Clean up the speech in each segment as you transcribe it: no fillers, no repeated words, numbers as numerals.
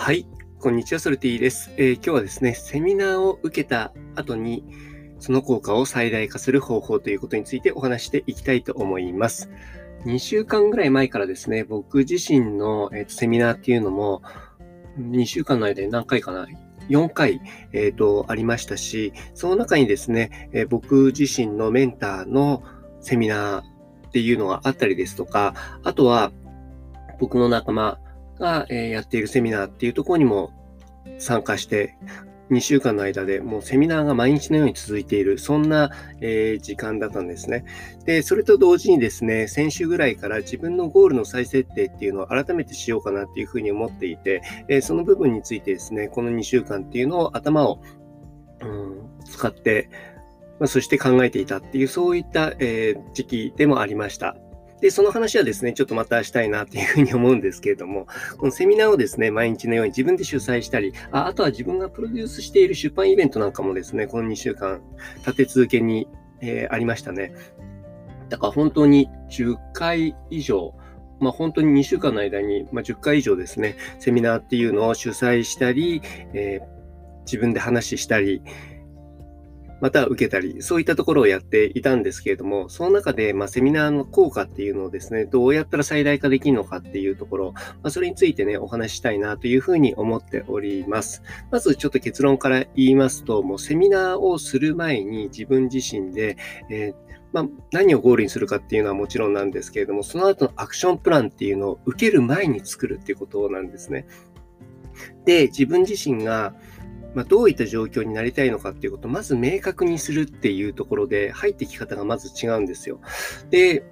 はい、こんにちは、ソルティです。今日はですね、セミナーを受けた後に、その効果を最大化する方法ということについてお話していきたいと思います。2週間ぐらい前からですね、僕自身の、セミナーっていうのも、2週間の間に何回かな、4回、ありましたし、その中にですね、僕自身のメンターのセミナーっていうのがあったりですとか、あとは僕の仲間が、やっているセミナーっていうところにも参加して、2週間の間でもうセミナーが毎日のように続いている、そんな、時間だったんですね。で、それと同時にですね、先週ぐらいから自分のゴールの再設定っていうのを改めてしようかなっていうふうに思っていて、その部分についてですね、この2週間っていうのを頭を、使って、そして考えていたっていう、そういった、時期でもありました。で、その話はですね、ちょっとまたしたいなっていうふうに思うんですけれども、このセミナーをですね、毎日のように自分で主催したり、あとは自分がプロデュースしている出版イベントなんかもですね、この2週間、立て続けに、ありましたね。だから本当に10回以上、本当に2週間の間に、10回以上ですね、セミナーっていうのを主催したり、自分で話したり、また受けたり、そういったところをやっていたんですけれども、その中で、セミナーの効果っていうのをですね、どうやったら最大化できるのかっていうところ、それについてね、お話ししたいなというふうに思っております。まずちょっと結論から言いますと、もうセミナーをする前に自分自身で、何をゴールにするかっていうのはもちろんなんですけれども、その後のアクションプランっていうのを受ける前に作るっていうことなんですね。で、自分自身がどういった状況になりたいのかっていうことをまず明確にするっていうところで入ってき方がまず違うんですよ。で、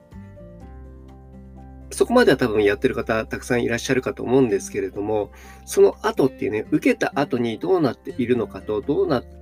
そこまでは多分やってる方たくさんいらっしゃるかと思うんですけれども、その後っていうね、受けた後にどうなっているのかと、どうなって、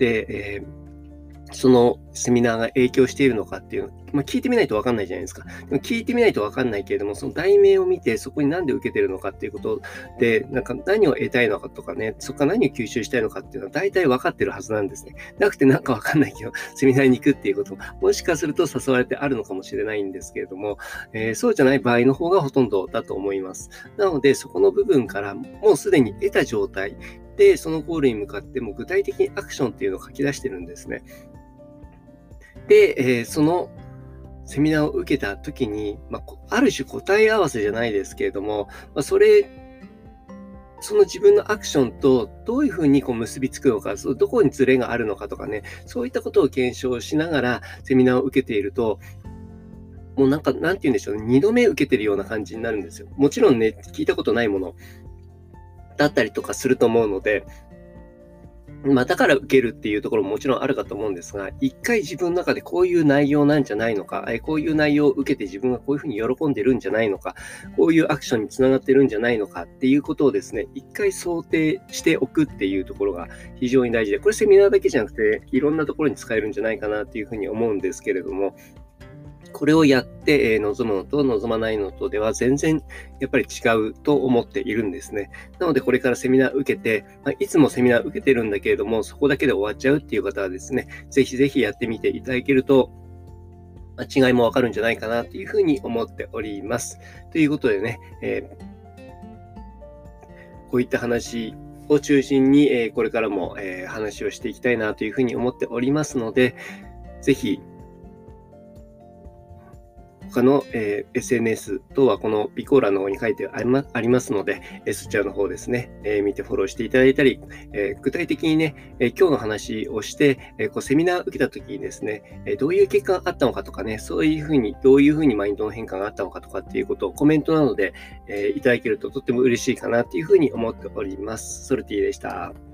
そのセミナーが影響しているのかっていうの、聞いてみないと分かんないじゃないですか。でも聞いてみないと分かんないけれども、その題名を見て、そこに何で受けてるのかっていうことで、何を得たいのかとかね、そこから何を吸収したいのかっていうのは大体分かってるはずなんですね。なくて分かんないけど、セミナーに行くっていうことも、もしかすると誘われてあるのかもしれないんですけれども、そうじゃない場合の方がほとんどだと思います。なので、そこの部分からもうすでに得た状態で、そのゴールに向かっても具体的にアクションっていうのを書き出してるんですね。で、そのセミナーを受けた時に、ある種答え合わせじゃないですけれども、その自分のアクションとどういうふうに結びつくのか、どこにズレがあるのかとかね、そういったことを検証しながらセミナーを受けていると、もうなんて言うんでしょうね、2度目受けてるような感じになるんですよ。もちろんね、聞いたことないものだったりとかすると思うので、だから受けるっていうところももちろんあるかと思うんですが、一回自分の中でこういう内容なんじゃないのか、こういう内容を受けて自分がこういうふうに喜んでるんじゃないのか、こういうアクションにつながってるんじゃないのかっていうことをですね、一回想定しておくっていうところが非常に大事で、これセミナーだけじゃなくて、いろんなところに使えるんじゃないかなっていうふうに思うんですけれども、これをやって望むのと望まないのとでは全然やっぱり違うと思っているんですね。なのでこれからセミナー受けて、いつもセミナー受けてるんだけれども、そこだけで終わっちゃうっていう方はですね、ぜひぜひやってみていただけると、違いもわかるんじゃないかなというふうに思っております。ということでね、こういった話を中心に、これからも、話をしていきたいなというふうに思っておりますので、ぜひ他の、SNS 等はこの備考欄の方に書いてありますので、そちらの方ですね、見てフォローしていただいたり、具体的にね、今日の話をして、セミナー受けた時にですね、どういう結果があったのかとかね、そういうふうに、どういうふうにマインドの変化があったのかとかっていうことをコメントなどで、いただけるととっても嬉しいかなっていうふうに思っております。ソルティでした。